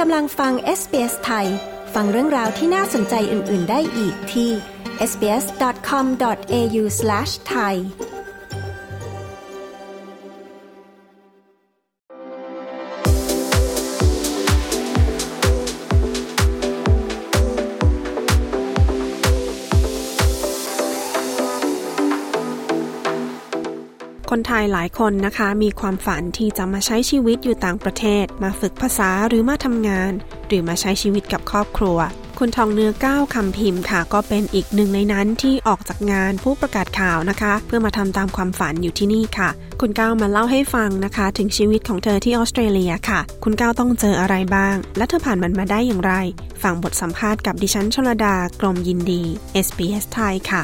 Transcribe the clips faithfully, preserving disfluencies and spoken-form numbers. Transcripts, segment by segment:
กำลังฟัง เอส บี เอส ไทยฟังเรื่องราวที่น่าสนใจอื่นๆได้อีกที่ เอส บี เอส ดอท คอม ดอท เอ ยู สแลช ไทยคนไทยหลายคนนะคะมีความฝันที่จะมาใช้ชีวิตอยู่ต่างประเทศมาฝึกภาษาหรือมาทำงานหรือมาใช้ชีวิตกับครอบครัวคุณทองเนื้อก้าวคำพิมพ์ค่ะก็เป็นอีกหนึ่งในนั้นที่ออกจากงานผู้ประกาศข่าวนะคะเพื่อมาทำตามความฝันอยู่ที่นี่ค่ะคุณก้าวมาเล่าให้ฟังนะคะถึงชีวิตของเธอที่ออสเตรเลียค่ะคุณก้าวต้องเจออะไรบ้างและเธอผ่านมันมาได้อย่างไรฟังบทสัมภาษณ์กับดิฉันชลดากรมยินดี เอส บี เอส ไทยค่ะ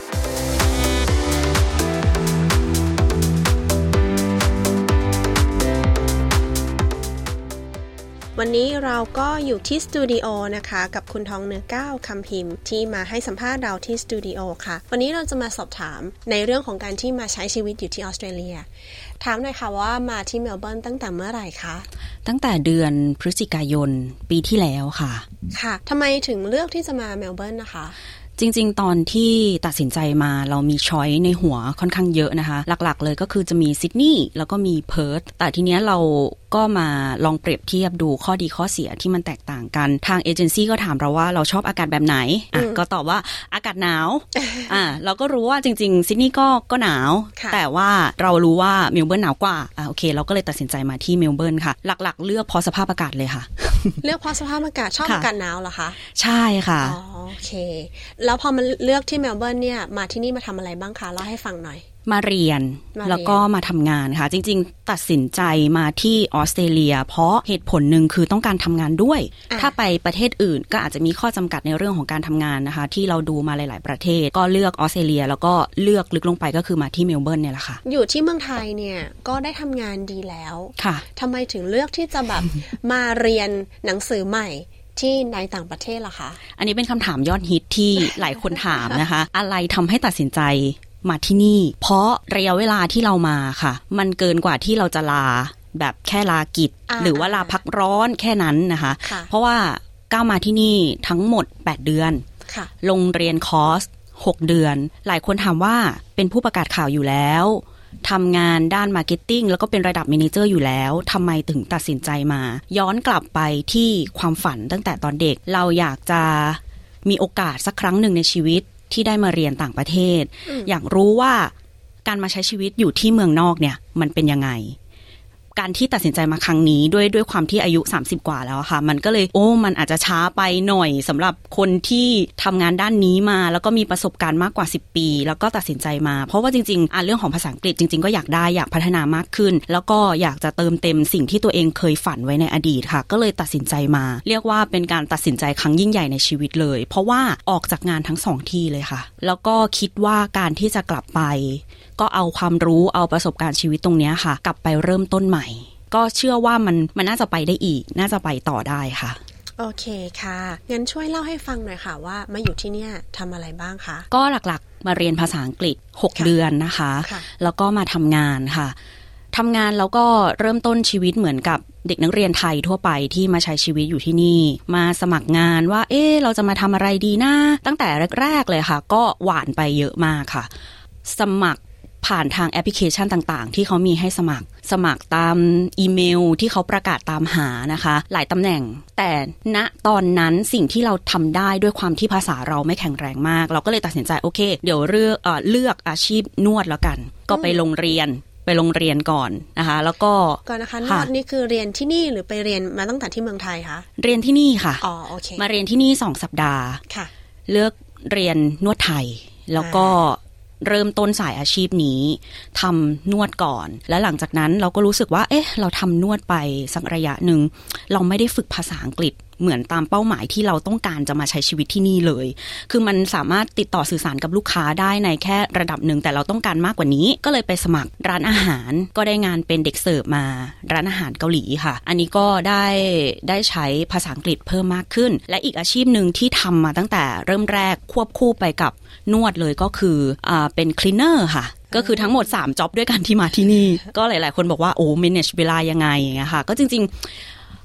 วันนี้เราก็อยู่ที่สตูดิโอนะคะกับคุณทองเนื้อก้าวคำพิมพ์ที่มาให้สัมภาษณ์เราที่สตูดิโอค่ะวันนี้เราจะมาสอบถามในเรื่องของการที่มาใช้ชีวิตอยู่ที่ออสเตรเลียถามหน่อยค่ะว่ามาที่เมลเบิร์นตั้งแต่เมื่อไหร่คะตั้งแต่เดือนพฤศจิกายนปีที่แล้วค่ะค่ะทำไมถึงเลือกที่จะมาเมลเบิร์นนะคะจริงๆตอนที่ตัดสินใจมาเรามีช้อยในหัวค่อนข้างเยอะนะคะหลักๆเลยก็คือจะมีซิดนีย์แล้วก็มีเพิร์ธแต่ทีเนี้ยเราก็มาลองเปรียบเทียบดูข้อดีข้อเสียที่มันแตกต่างกันทางเอเจนซี่ก็ถามเราว่าเราชอบอากาศแบบไหนอ่ะก็ตอบว่าอากาศหนาวอ่ะเราก็รู้ว่าจริงๆซิดนีย์ก็ก็หนาวแต่ว่าเรารู้ว่าเมลเบิร์นหนาวกว่าอ่ะโอเคเราก็เลยตัดสินใจมาที่เมลเบิร์นค่ะหลักๆเลือกเพราะสภาพอากาศเลยค่ะเลือกเพราะสภาพอากาศชอบอากาศหนาวเหรอคะใช่ค่ะอ๋อโอเคแล้วพอมันเลือกที่เมลเบิร์นเนี่ยมาที่นี่มาทำอะไรบ้างคะเล่าให้ฟังหน่อยมาเรียนแล้วก็มาทำงานค่ะจริงๆตัดสินใจมาที่ออสเตรเลียเพราะเหตุผลหนึ่งคือต้องการทำงานด้วยถ้าไปประเทศอื่นก็อาจจะมีข้อจำกัดในเรื่องของการทำงานนะคะที่เราดูมาหลายๆประเทศก็เลือกออสเตรเลียแล้วก็เลือกลึกลงไปก็คือมาที่เมลเบิร์นเนี่ยแหละค่ะอยู่ที่เมืองไทยเนี่ยก็ได้ทำงานดีแล้วค่ะทำไมถึงเลือกที่จะแบบ มาเรียนหนังสือใหม่ที่ในต่างประเทศล่ะคะอันนี้เป็นคำถามยอดฮิตที่หลายคนถามนะคะ อะไรทำให้ตัดสินใจมาที่นี่เพราะระยะเวลาที่เรามาค่ะมันเกินกว่าที่เราจะลาแบบแค่ลากิจหรือว่าลาพักร้อนแค่นั้นนะคะเพราะว่าก้าวมาที่นี่ทั้งหมดแปดเดือนลงเรียนคอร์สหกเดือนหลายคนถามว่าเป็นผู้ประกาศข่าวอยู่แล้วทำงานด้านมาร์เก็ตติ้งแล้วก็เป็นระดับเมเนเจอร์อยู่แล้วทำไมถึงตัดสินใจมาย้อนกลับไปที่ความฝันตั้งแต่ตอนเด็กเราอยากจะมีโอกาสสักครั้งหนึ่งในชีวิตที่ได้มาเรียนต่างประเทศ อ, อยากรู้ว่าการมาใช้ชีวิตอยู่ที่เมืองนอกเนี่ยมันเป็นยังไงการที่ตัดสินใจมาครั้งนี้ด้วยด้วยความที่อายุสามสิบกว่าแล้วค่ะมันก็เลยโอ้มันอาจจะช้าไปหน่อยสำหรับคนที่ทำงานด้านนี้มาแล้วก็มีประสบการณ์มากกว่าสิบปีแล้วก็ตัดสินใจมาเพราะว่าจริงๆอ่ะเรื่องของภาษาอังกฤษจริงๆก็อยากได้อยากพัฒนามากขึ้นแล้วก็อยากจะเติมเต็มสิ่งที่ตัวเองเคยฝันไว้ในอดีตค่ะก็เลยตัดสินใจมาเรียกว่าเป็นการตัดสินใจครั้งยิ่งใหญ่ในชีวิตเลยเพราะว่าออกจากงานทั้งสองที่เลยค่ะแล้วก็คิดว่าการที่จะกลับไปก็เอาความรู้เอาประสบการณ์ชีวิตตรงนี้ค่ะกลับไปเริ่มต้นใหม่ก็เชื่อว่ามันมันน่าจะไปได้อีกน่าจะไปต่อได้ค่ะโอเคค่ะงั้นช่วยเล่าให้ฟังหน่อยค่ะว่ามาอยู่ที่เนี่ยทำอะไรบ้างคะก็หลักๆมาเรียนภาษาอังกฤษหกเดือนนะคะแล้วก็มาทำงานค่ะทำงานแล้วก็เริ่มต้นชีวิตเหมือนกับเด็กนักเรียนไทยทั่วไปที่มาใช้ชีวิตอยู่ที่นี่มาสมัครงานว่าเอ๊ะเราจะมาทำอะไรดีนะตั้งแต่แรกๆเลยค่ะก็หวานไปเยอะมากค่ะสมัครผ่านทางแอปพลิเคชันต่างๆที่เขามีให้สมัครสมัครตามอีเมลที่เขาประกาศตามหานะคะหลายตำแหน่งแต่ณตอนนั้นสิ่งที่เราทำได้ด้วยความที่ภาษาเราไม่แข็งแรงมากเราก็เลยตัดสินใจโอเคเดี๋ยวเลือกเอ่อเลือกอาชีพนวดแล้วกันก็ไปโรงเรียนไปโรงเรียนก่อนนะคะแล้วก็ก่อนนะคะนวดนี่คือเรียนที่นี่หรือไปเรียนมาตั้งแต่ที่เมืองไทยคะเรียนที่นี่ค่ะอ๋อโอเคมาเรียนที่นี่สองสัปดาห์ค่ะเลือกเรียนนวดไทยแล้วก็เริ่มต้นสายอาชีพนี้ทำนวดก่อนแล้วหลังจากนั้นเราก็รู้สึกว่าเอ๊ะเราทำนวดไปสักระยะหนึ่งเราไม่ได้ฝึกภาษาอังกฤษเหมือนตามเป้าหมายที่เราต้องการจะมาใช้ชีวิตที่นี่เลยคือมันสามารถติดต่อสื่อสารกับลูกค้าได้ในแค่ระดับหนึ่งแต่เราต้องการมากกว่านี้ก็เลยไปสมัครร้านอาหารก็ได้งานเป็นเด็กเสิร์ฟมาร้านอาหารเกาหลีค่ะอันนี้ก็ได้ได้ใช้ภาษาอังกฤษเพิ่มมากขึ้นและอีกอาชีพหนึ่งที่ทำมาตั้งแต่เริ่มแรกควบคู่ไปกับนวดเลยก็คืออ่าเป็นคลีนเนอร์ค่ะก็คือทั้งหมดสามจ็อบด้วยกันที่มาที่นี่ก็หลายๆคนบอกว่าโอ้ manage เวลายังไงอย่างเงี้ยค่ะก็จริงๆ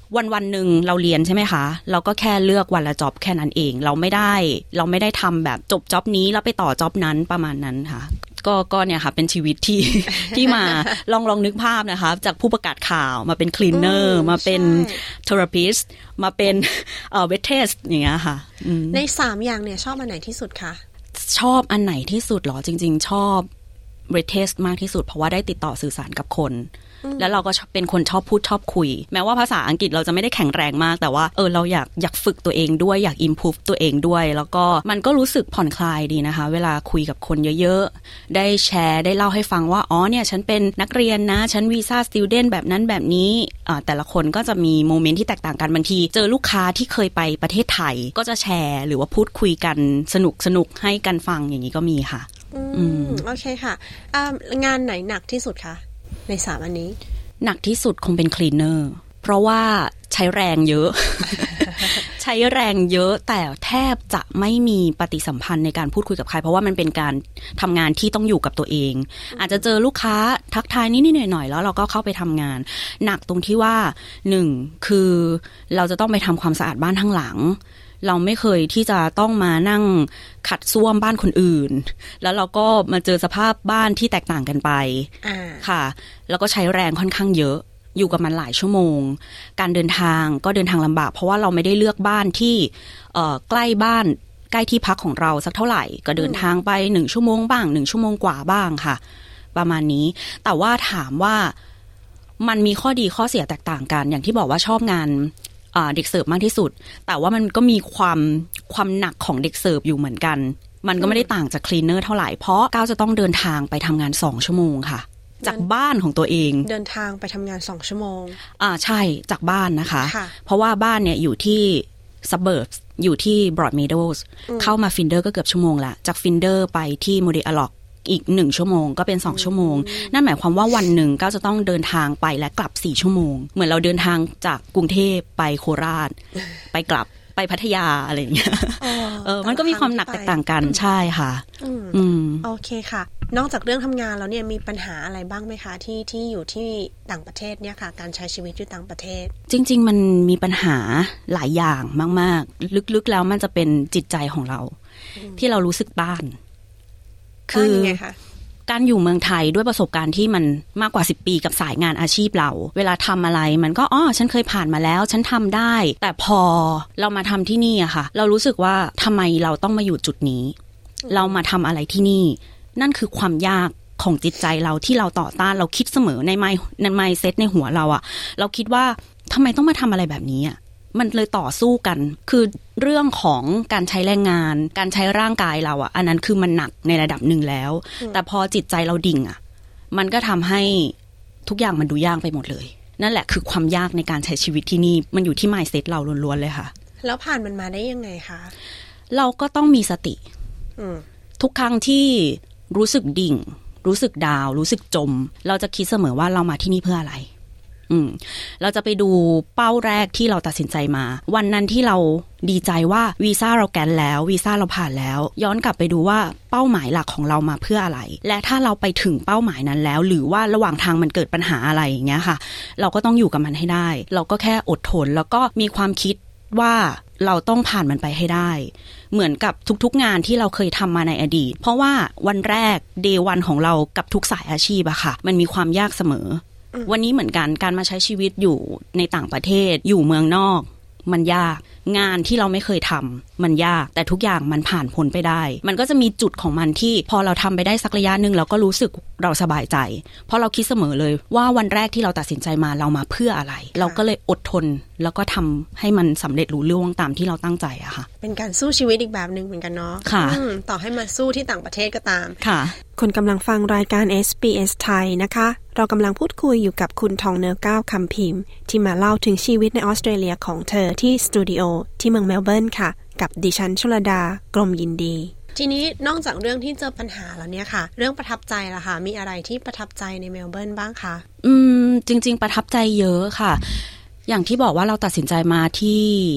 วันวันหนึ่งเราเรียนใช่ไหมคะเราก็แค่เลือกวันละจ็อบแค่นั้นเองเราไม่ได้เราไม่ได้ทำแบบจบจ็อบนี้แล้วไปต่อจ็อบนั้นประมาณนั้นค่ะก็ก็เนี่ยค่ะเป็นชีวิตที่ ที่มาลองลองนึกภาพนะคะจากผู้ประกาศข่าวมาเป็นคลีนเนอร์มาเป็นเทอราปิสต์มาเป็นเอ่อเวทเทสอย่างเงี้ยค่ะในสามอย่างเนี่ยชอบอันไหนที่สุดคะชอบอันไหนที่สุดหรอจริงๆชอบเวทเทสมากที่สุดเพราะว่าได้ติดต่อสื่อสารกับคนแล้วเราก็เป็นคนชอบพูดชอบคุยแม้ว่าภาษาอังกฤษเราจะไม่ได้แข็งแรงมากแต่ว่าเออเราอยากอยากฝึกตัวเองด้วยอยาก improve ตัวเองด้วยแล้วก็มันก็รู้สึกผ่อนคลายดีนะคะเวลาคุยกับคนเยอะๆได้แชร์ได้เล่าให้ฟังว่าอ๋อเนี่ยฉันเป็นนักเรียนนะฉันวีซ่าสติวเดนต์แบบนั้นแบบนี้อ่าแต่ละคนก็จะมีโมเมนต์ที่แตกต่างกันบางทีเจอลูกค้าที่เคยไปประเทศไทยก็จะแชร์หรือว่าพูดคุยกันสนุกสนุกให้กันฟังอย่างนี้ก็มีค่ะอืมโอเคค่ะอ่างานไหนหนักที่สุดคะในสามอันนี้หนักที่สุดคงเป็นคลีนเนอร์เพราะว่าใช้แรงเยอะ ใช้แรงเยอะแต่แทบจะไม่มีปฏิสัมพันธ์ในการพูดคุยกับใครเพราะว่ามันเป็นการทำงานที่ต้องอยู่กับตัวเองอาจจะเจอลูกค้าทักทายนิดๆหน่อยๆแล้วเราก็เข้าไปทำงานหนักตรงที่ว่าหนึ่งคือเราจะต้องไปทำความสะอาดบ้านทั้งหลังเราไม่เคยที่จะต้องมานั่งขัดส้วมบ้านคนอื่นแล้วเราก็มาเจอสภาพบ้านที่แตกต่างกันไปค่ะแล้วก็ใช้แรงค่อนข้างเยอะอยู่กับมันหลายชั่วโมงการเดินทางก็เดินทางลำบากเพราะว่าเราไม่ได้เลือกบ้านที่เอ่อใกล้บ้านใกล้ที่พักของเราสักเท่าไหร่ก็เดินทางไปหนึ่งชั่วโมงบ้างหนึ่งชั่วโมงกว่าบ้างค่ะประมาณนี้แต่ว่าถามว่ามันมีข้อดีข้อเสียแตกต่างกันอย่างที่บอกว่าชอบงานเด็กเสิร์ฟมากที่สุดแต่ว่ามันก็มีความความหนักของเด็กเสิร์ฟอยู่เหมือนกันมันก็ไม่ได้ต่างจากคลีนเนอร์เท่าไหร่เพราะก้าวจะต้องเดินทางไปทำงานสองชั่วโมงค่ะจากบ้านของตัวเองเดินทางไปทำงานสองชั่วโมงอ่าใช่จากบ้านนะคะเพราะว่าบ้านเนี่ยอยู่ที่ซับเบิร์บอยู่ที่บรอดเมโดสเข้ามาฟินเดอร์ก็เกือบชั่วโมงละจากฟินเดอร์ไปที่โมเดลล็อกอีกหนึ่งชั่วโมงก็เป็นสองชั่วโมงนั่นหมายความว่าวันหนึ่งก็จะต้องเดินทางไปและกลับสี่ชั่วโมงเหมือนเราเดินทางจากกรุงเทพไปโคราชไปกลับไปพัทยาอะไรอย่างเงี้ยเออมันก็มีความหนักแตกต่างกันใช่ค่ะอืมโอเคค่ะนอกจากเรื่องทำงานแล้วเนี่ยมีปัญหาอะไรบ้างไหมคะที่ที่อยู่ที่ต่างประเทศเนี่ยค่ะการใช้ชีวิตอยู่ต่างประเทศจริงๆมันมีปัญหาหลายอย่างมากๆลึกๆแล้วมันจะเป็นจิตใจของเราที่เรารู้สึกต้านคือการอยู่เมืองไทยด้วยประสบการณ์ที่มันมากกว่าสิบปีกับสายงานอาชีพเราเวลาทำอะไรมันก็อ๋อฉันเคยผ่านมาแล้วฉันทำได้แต่พอเรามาทำที่นี่อะค่ะเรารู้สึกว่าทำไมเราต้องมาอยู่จุดนี้เรามาทำอะไรที่นี่นั่นคือความยากของจิตใจเราที่เราต่อต้านเราคิดเสมอในไมในไมเซ็ตในหัวเราอะเราคิดว่าทำไมต้องมาทำอะไรแบบนี้อะมันเลยต่อสู้กันคือเรื่องของการใช้แรงงานการใช้ร่างกายเราอ่ะอันนั้นคือมันหนักในระดับหนึ่งแล้วแต่พอจิตใจเราดิ่งอ่ะมันก็ทำให้ทุกอย่างมันดูยากไปหมดเลยนั่นแหละคือความยากในการใช้ชีวิตที่นี่มันอยู่ที่ mindset เราล้วนๆเลยค่ะแล้วผ่านมันมาได้ยังไงคะเราก็ต้องมีสติทุกครั้งที่รู้สึกดิ่งรู้สึกดาวรู้สึกจมเราจะคิดเสมอว่าเรามาที่นี่เพื่ออะไรอืมเราจะไปดูเป้าแรกที่เราตัดสินใจมาวันนั้นที่เราดีใจว่าวีซ่าเราแกนแล้ววีซ่าเราผ่านแล้วย้อนกลับไปดูว่าเป้าหมายหลักของเรามาเพื่ออะไรและถ้าเราไปถึงเป้าหมายนั้นแล้วหรือว่าระหว่างทางมันเกิดปัญหาอะไรอย่างเงี้ยค่ะเราก็ต้องอยู่กับมันให้ได้เราก็แค่อดทนแล้วก็มีความคิดว่าเราต้องผ่านมันไปให้ได้เหมือนกับทุกๆงานที่เราเคยทำมาในอดีตเพราะว่าวันแรก day วันของเรากับทุกสายอาชีพอะค่ะมันมีความยากเสมอวันนี้เหมือนกันการมาใช้ชีวิตอยู่ในต่างประเทศอยู่เมืองนอกมันยากงานที่เราไม่เคยทำมันยากแต่ทุกอย่างมันผ่านพ้นไปได้มันก็จะมีจุดของมันที่พอเราทำไปได้สักระยะนึงเราก็รู้สึกเราสบายใจเพราะเราคิดเสมอเลยว่าวันแรกที่เราตัดสินใจมาเรามาเพื่ออะไรเราก็เลยอดทนแล้วก็ทำให้มันสำเร็จรุ่งเรืองตามที่เราตั้งใจอะค่ะเป็นการสู้ชีวิตอีกแบบนึงเหมือนกันเนาะค่ะต่อให้มาสู้ที่ต่างประเทศก็ตามค่ะคุณกำลังฟังรายการ เอส บี เอส ไทยนะคะเรากำลังพูดคุยอยู่กับคุณทองเนื้อก้าวคำพิมพ์ที่มาเล่าถึงชีวิตในออสเตรเลียของเธอที่สตูดิโอที่เมืองเมลเบิร์นค่ะกับดิฉันชลดากรมยินดีทีนี้นอกจากเรื่องที่เจอปัญหาแล้วเนี่ยค่ะเรื่องประทับใจล่ะค่ะมีอะไรที่ประทับใจในเมลเบิร์นบ้างคะอืมจริงๆประทับใจเยอะค่ะอย่างที่บอกว่าเราตัดสินใจมาที่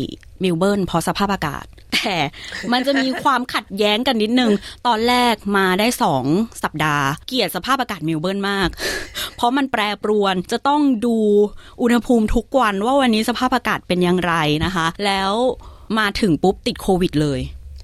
เมลเบิร์นเพราะสภาพอากาศแต่มันจะมีความขัดแย้งกันนิดนึงตอนแรกมาได้สองสัปดาห์เกลียดสภาพอากาศเมลเบิร์นมากเพราะมันแปรปรวนจะต้องดูอุณหภูมิทุกวันว่าวันนี้สภาพอากาศเป็นอย่างไรนะคะแล้วมาถึงปุ๊บติดโควิดเลย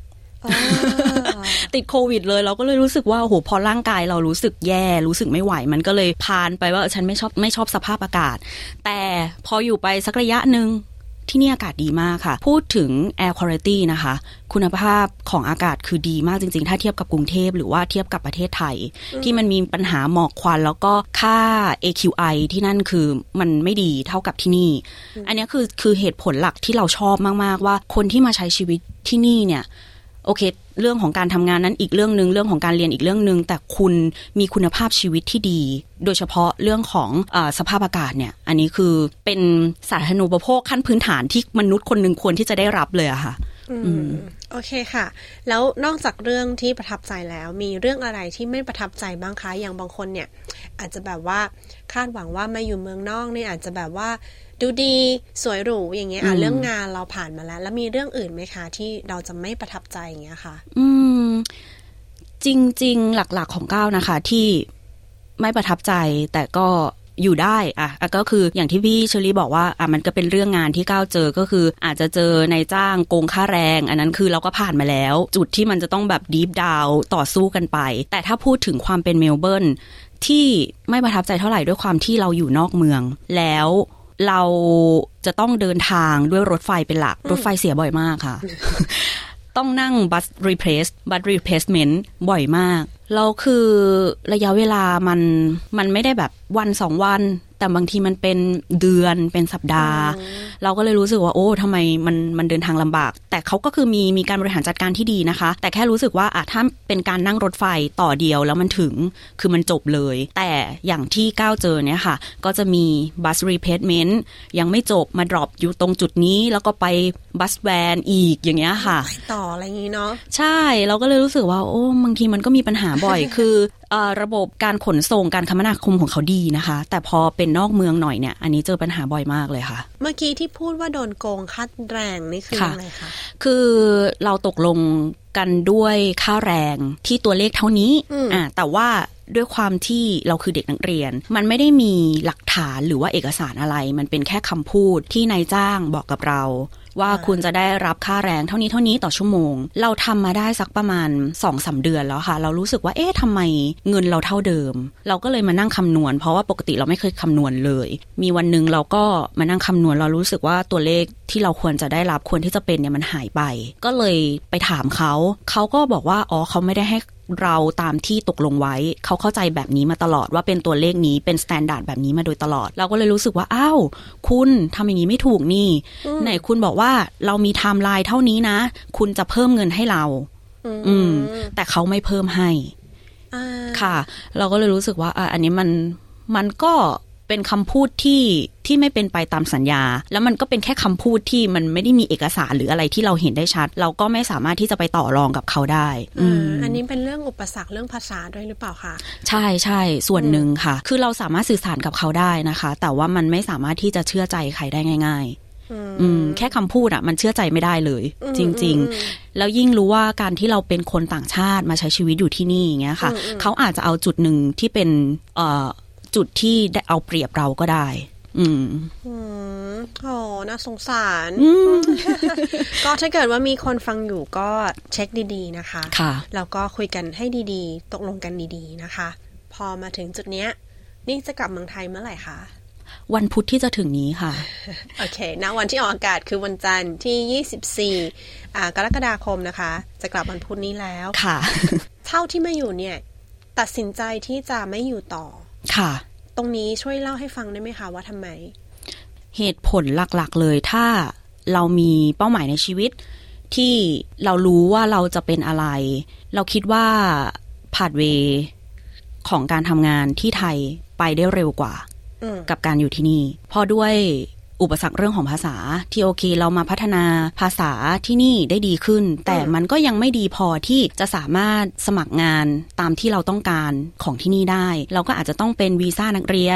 ติดโควิดเลยเราก็เลยรู้สึกว่าโอ้โหพอร่างกายเรารู้สึกแย่รู้สึกไม่ไหวมันก็เลยพานไปว่าฉันไม่ชอบไม่ชอบสภาพอากาศแต่พออยู่ไปสักระยะนึงที่นี่อากาศดีมากค่ะพูดถึง air quality นะคะคุณภาพของอากาศคือดีมากจริงๆถ้าเทียบกับกรุงเทพหรือว่าเทียบกับประเทศไทยที่มันมีปัญหาหมอกควันแล้วก็ค่า เอ คิว ไอ ที่นั่นคือมันไม่ดีเท่ากับที่นี่อันนี้คือคือเหตุผลหลักที่เราชอบมากๆว่าคนที่มาใช้ชีวิตที่นี่เนี่ยโอเคเรื่องของการทำงานนั้นอีกเรื่องนึงเรื่องของการเรียนอีกเรื่องนึงแต่คุณมีคุณภาพชีวิตที่ดีโดยเฉพาะเรื่องของเอ่อสภาพอากาศเนี่ยอันนี้คือเป็นสาธารณูปโภคขั้นพื้นฐานที่มนุษย์คนนึงควรที่จะได้รับเลยอะค่ะอืมโอเคค่ะแล้วนอกจากเรื่องที่ประทับใจแล้วมีเรื่องอะไรที่ไม่ประทับใจบ้างคะอย่างบางคนเนี่ยอาจจะแบบว่าคาดหวังว่ามาอยู่เมืองนอกเนี่ยอาจจะแบบว่าดูดีสวยหรูอย่างเงี้ยอ่ะเรื่องงานเราผ่านมาแล้วแล้วมีเรื่องอื่นไหมคะที่เราจะไม่ประทับใจอย่างเงี้ยค่ะอืมจริงๆหลักๆของก้าวนะคะที่ไม่ประทับใจแต่ก็อยู่ได้อ่ะก็คืออย่างที่พี่เชอรี่บอกว่าอ่ะมันก็เป็นเรื่องงานที่ก้าวเจอก็คืออาจจะเจอนายจ้างโกงค่าแรงอันนั้นคือเราก็ผ่านมาแล้วจุดที่มันจะต้องแบบดีฟดาวต่อสู้กันไปแต่ถ้าพูดถึงความเป็นเมลเบิร์นที่ไม่ประทับใจเท่าไหร่ด้วยความที่เราอยู่นอกเมืองแล้วเราจะต้องเดินทางด้วยรถไฟเป็นหลักรถไฟเสียบ่อยมากค่ะ ต้องนั่งบัสรีเพลสบัสรีเพลสเมนต์บ่อยมากแล้วคือระยะเวลามันมันไม่ได้แบบวันสองวันแต่บางทีมันเป็นเดือนเป็นสัปดาห์เราก็เลยรู้สึกว่าโอ้ทำไมมันมันเดินทางลำบากแต่เขาก็คือมีมีการบริหารจัดการที่ดีนะคะแต่แค่รู้สึกว่าอ่ะถ้าเป็นการนั่งรถไฟต่อเดียวแล้วมันถึงคือมันจบเลยแต่อย่างที่ก้าวเจอเนี่ยค่ะก็จะมีบัสรีเพลสเมนต์ยังไม่จบมาดรอปอยู่ตรงจุดนี้แล้วก็ไปบัสแวนอีกอย่างเงี้ยค่ะไปต่ออะไรอย่างงี้เนาะใช่เราก็เลยรู้สึกว่าโอ้บางทีมันก็มีปัญหาบ่อย คือระบบการขนส่งการคมนาคมของเขาดีนะคะแต่พอเป็นนอกเมืองหน่อยเนี่ยอันนี้เจอปัญหาบ่อยมากเลยค่ะเมื่อกี้ที่พูดว่าโดนโกงค่าแรงนี่คืออะไรคะคือเราตกลงกันด้วยค่าแรงที่ตัวเลขเท่านี้อ่าแต่ว่าด้วยความที่เราคือเด็กนักเรียนมันไม่ได้มีหลักฐานหรือว่าเอกสารอะไรมันเป็นแค่คำพูดที่นายจ้างบอกกับเราว่าคุณจะได้รับค่าแรงเท่านี้เท่านี้ต่อชั่วโมงเราทำมาได้สักประมาณ สองถึงสาม เดือนแล้วค่ะเรารู้สึกว่าเอ๊ะทำไมเงินเราเท่าเดิมเราก็เลยมานั่งคำนวณเพราะว่าปกติเราไม่เคยคำนวณเลยมีวันนึงเราก็มานั่งคำนวณเรารู้สึกว่าตัวเลขที่เราควรจะได้รับควรที่จะเป็นเนี่ยมันหายไปก็เลยไปถามเขาเขาก็บอกว่าอ๋อเขาไม่ได้ให้เราตามที่ตกลงไว้เขาเข้าใจแบบนี้มาตลอดว่าเป็นตัวเลขนี้เป็นสแตนดาร์ดแบบนี้มาโดยตลอดเราก็เลยรู้สึกว่าอ้าวคุณทำอย่างนี้ไม่ถูกนี่ไหนคุณบอกว่าเรามีไทม์ไลน์เท่านี้นะคุณจะเพิ่มเงินให้เราอืมแต่เขาไม่เพิ่มให้ค่ะเราก็เลยรู้สึกว่าอันนี้มันมันก็เป็นคำพูดที่ที่ไม่เป็นไปตามสัญญาแล้วมันก็เป็นแค่คำพูดที่มันไม่ได้มีเอกสารหรืออะไรที่เราเห็นได้ชัดเราก็ไม่สามารถที่จะไปต่อรองกับเขาได้อืมอันนี้เป็นเรื่องอุปสรรคเรื่องภาษาด้วยหรือเปล่าคะใช่ใช่ส่วนหนึ่งค่ะคือเราสามารถสื่อสารกับเขาได้นะคะแต่ว่ามันไม่สามารถที่จะเชื่อใจใครได้ง่ายๆอืมแค่คำพูดอ่ะมันเชื่อใจไม่ได้เลยจริงๆแล้วยิ่งรู้ว่าการที่เราเป็นคนต่างชาติมาใช้ชีวิตอยู่ที่นี่อย่างเงี้ยค่ะเขาอาจจะเอาจุดหนึ่งที่เป็นเอ่อจุดที่ได้เอาเปรียบเราก็ได้อืมอืมโอ้น่าสงสารก็ถ้าเกิดว่ามีคนฟังอยู่ก็เช็คดีๆนะคะค่ะแล้วก็คุยกันให้ดีๆตกลงกันดีๆนะคะพอมาถึงจุดเนี้ยนี่จะกลับเมืองไทยเมื่อไหร่คะวันพุธที่จะถึงนี้ค่ะโอเคนะวันที่ออกอากาศคือวันจันทร์ที่ยี่สิบสี่อ่ากรกฎาคมนะคะจะกลับวันพุธนี้แล้วค่ะเท่าที่มาอยู่เนี่ยตัดสินใจที่จะไม่อยู่ต่อค่ะตรงนี้ช่วยเล่าให้ฟังได้ไหมคะว่าทำไมเหตุผลหลักๆเลยถ้าเรามีเป้าหมายในชีวิตที่เรารู้ว่าเราจะเป็นอะไรเราคิดว่าพาธเวย์ของการทำงานที่ไทยไปได้เร็วกว่ากับการอยู่ที่นี่พอด้วยอุปสรรคเรื่องของภาษาที่โอเคเรามาพัฒนาภาษาที่นี่ได้ดีขึ้นแต่มันก็ยังไม่ดีพอที่จะสามารถสมัครงานตามที่เราต้องการของที่นี่ได้เราก็อาจจะต้องเป็นวีซ่านักเรียน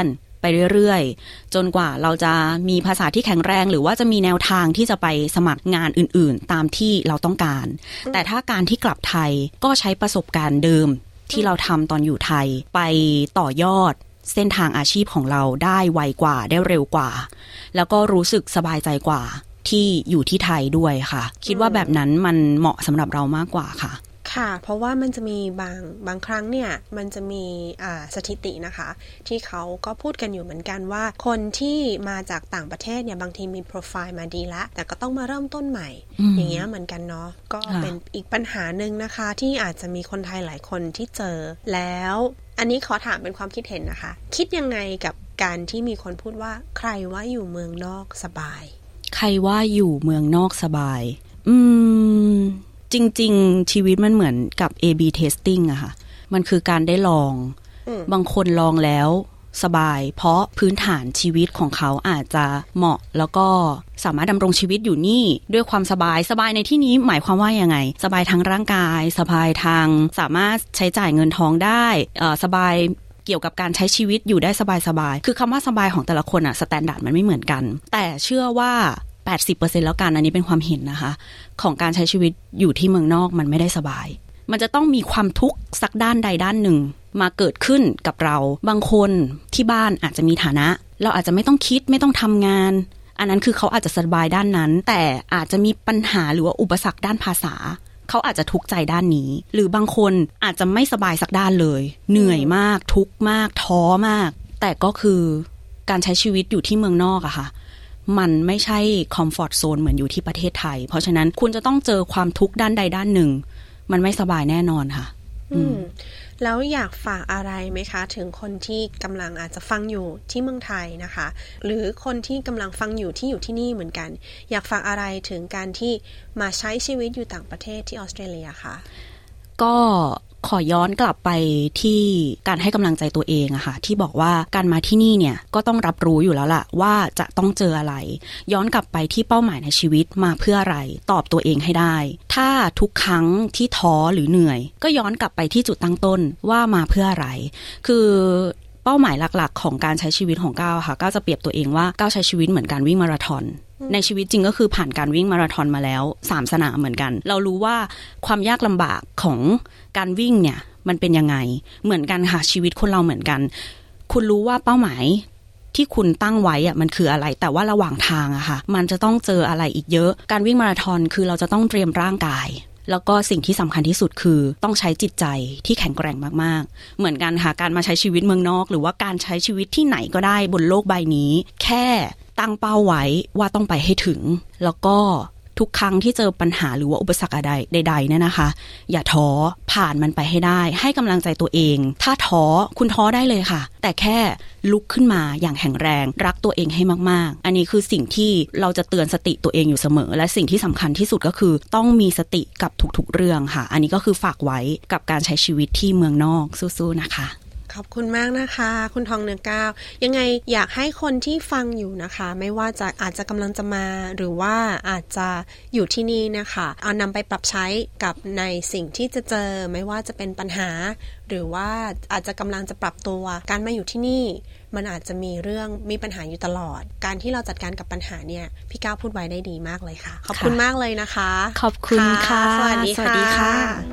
ไปเรื่อยๆจนกว่าเราจะมีภาษาที่แข็งแรงหรือว่าจะมีแนวทางที่จะไปสมัครงานอื่นๆตามที่เราต้องการแต่ถ้าการที่กลับไทยก็ใช้ประสบการณ์เดิมที่เราทำตอนอยู่ไทยไปต่อยอดเส้นทางอาชีพของเราได้ไวกว่าได้เร็วกว่าแล้วก็รู้สึกสบายใจกว่าที่อยู่ที่ไทยด้วยค่ะคิดว่าแบบนั้นมันเหมาะสำหรับเรามากกว่าค่ะค่ะเพราะว่ามันจะมีบางบางครั้งเนี่ยมันจะมีอ่าสถิตินะคะที่เขาก็พูดกันอยู่เหมือนกันว่าคนที่มาจากต่างประเทศเนี่ยบางทีมีโปรไฟล์มาดีแล้วแต่ก็ต้องมาเริ่มต้นใหม่ อ, อย่างเงี้ยเหมือนกันเนาะก็เป็นอีกปัญหาหนึ่งนะคะที่อาจจะมีคนไทยหลายคนที่เจอแล้วอันนี้ขอถามเป็นความคิดเห็นนะคะคิดยังไงกับการที่มีคนพูดว่าใครว่าอยู่เมืองนอกสบายใครว่าอยู่เมืองนอกสบายอืมจริงๆชีวิตมันเหมือนกับ เอ บี testing อะค่ะมันคือการได้ลองบางคนลองแล้วสบายเพราะพื้นฐานชีวิตของเขาอาจจะเหมาะแล้วก็สามารถดำรงชีวิตอยู่นี่ด้วยความสบายสบายในที่นี้หมายความว่ายังไงสบายทางร่างกายสบายทางสามารถใช้จ่ายเงินทองได้เอ่อสบายเกี่ยวกับการใช้ชีวิตอยู่ได้สบายๆคือคำว่าสบายของแต่ละคนอะสแตนดาร์ดมันไม่เหมือนกันแต่เชื่อว่าแปดสิบเปอร์เซ็นต์ แล้วกันอันนี้เป็นความเห็นนะคะของการใช้ชีวิตอยู่ที่เมืองนอกมันไม่ได้สบายมันจะต้องมีความทุกข์สักด้านใดด้านหนึ่งมาเกิดขึ้นกับเราบางคนที่บ้านอาจจะมีฐานะเราอาจจะไม่ต้องคิดไม่ต้องทำงานอันนั้นคือเขาอาจจะสบายด้านนั้นแต่อาจจะมีปัญหาหรือว่าอุปสรรคด้านภาษาเขาอาจจะทุกข์ใจด้านนี้หรือบางคนอาจจะไม่สบายสักด้านเลยเหนื่อยมากทุกข์มากท้อมากแต่ก็คือการใช้ชีวิตอยู่ที่เมืองนอกอะค่ะมันไม่ใช่คอมฟอร์ตโซนเหมือนอยู่ที่ประเทศไทยเพราะฉะนั้นคุณจะต้องเจอความทุกข์ด้านใดด้านหนึ่งมันไม่สบายแน่นอนค่ะอืมแล้วอยากฝากอะไรไหมคะถึงคนที่กำลังอาจจะฟังอยู่ที่เมืองไทยนะคะหรือคนที่กำลังฟังอยู่ที่อยู่ที่นี่เหมือนกันอยากฝากอะไรถึงการที่มาใช้ชีวิตอยู่ต่างประเทศที่ออสเตรเลียคะก็ขอย้อนกลับไปที่การให้กำลังใจตัวเองอะค่ะที่บอกว่าการมาที่นี่เนี่ยก็ต้องรับรู้อยู่แล้วล่ะว่าจะต้องเจออะไรย้อนกลับไปที่เป้าหมายในชีวิตมาเพื่ออะไรตอบตัวเองให้ได้ถ้าทุกครั้งที่ท้อหรือเหนื่อยก็ย้อนกลับไปที่จุดตั้งต้นว่ามาเพื่ออะไรคือเป้าหมายหลักๆของการใช้ชีวิตของก้าวค่ะก้าวจะเปรียบตัวเองว่าก้าวใช้ชีวิตเหมือนการวิ่งมาราธอนในชีวิตจริงก็คือผ่านการวิ่งมาราธอนมาแล้วสามสนามเหมือนกันเรารู้ว่าความยากลำบากของการวิ่งเนี่ยมันเป็นยังไงเหมือนกันค่ะชีวิตคนเราเหมือนกันคุณรู้ว่าเป้าหมายที่คุณตั้งไว้อะมันคืออะไรแต่ว่าระหว่างทางอะค่ะมันจะต้องเจออะไรอีกเยอะการวิ่งมาราธอนคือเราจะต้องเตรียมร่างกายแล้วก็สิ่งที่สำคัญที่สุดคือต้องใช้จิตใจที่แข็งแกร่งมากๆเหมือนกันค่ะการมาใช้ชีวิตเมืองนอกหรือว่าการใช้ชีวิตที่ไหนก็ได้บนโลกใบนี้แค่ตั้งเป้าไว้ว่าต้องไปให้ถึงแล้วก็ทุกครั้งที่เจอปัญหาหรือว่าอุปสรรคใดๆเนี่ยนะคะอย่าท้อผ่านมันไปให้ได้ให้กำลังใจตัวเองถ้าท้อคุณท้อได้เลยค่ะแต่แค่ลุกขึ้นมาอย่างแข็งแรงรักตัวเองให้มากๆอันนี้คือสิ่งที่เราจะเตือนสติตัวเองอยู่เสมอและสิ่งที่สำคัญที่สุดก็คือต้องมีสติกับทุกๆเรื่องค่ะอันนี้ก็คือฝากไว้กับการใช้ชีวิตที่เมืองนอกสู้ๆนะคะขอบคุณมากนะคะคุณทองเนื้อก้าวยังไงอยากให้คนที่ฟังอยู่นะคะไม่ว่าจะอาจจะกำลังจะมาหรือว่าอาจจะอยู่ที่นี่นะคะเอานำไปปรับใช้กับในสิ่งที่จะเจอไม่ว่าจะเป็นปัญหาหรือว่าอาจจะกำลังจะปรับตัวการมาอยู่ที่นี่มันอาจจะมีเรื่องมีปัญหาอยู่ตลอดการที่เราจัดการกับปัญหาเนี่ยพี่ก้าวพูดไว้ได้ดีมากเลยค่ะขอบคุณมากเลยนะคะขอบคุณค่ะสวัสดีค่ะ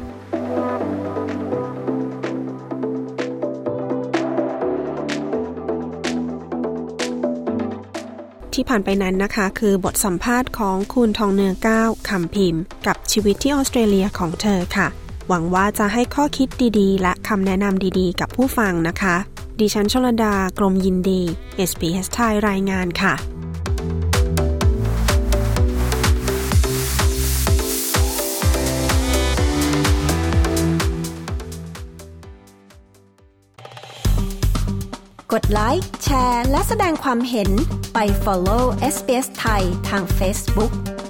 ที่ผ่านไปนั้นนะคะคือบทสัมภาษณ์ของคุณทองเนื้อก้าวคำพิมพ์กับชีวิตที่ออสเตรเลียของเธอค่ะหวังว่าจะให้ข้อคิดดีๆและคำแนะนำดีๆกับผู้ฟังนะคะดิฉันชลดากรมยินดี เอส บี เอส ไทยรายงานค่ะกดไลค์แชร์และแสดงความเห็นไป follow เอส บี เอส ไทยทาง Facebook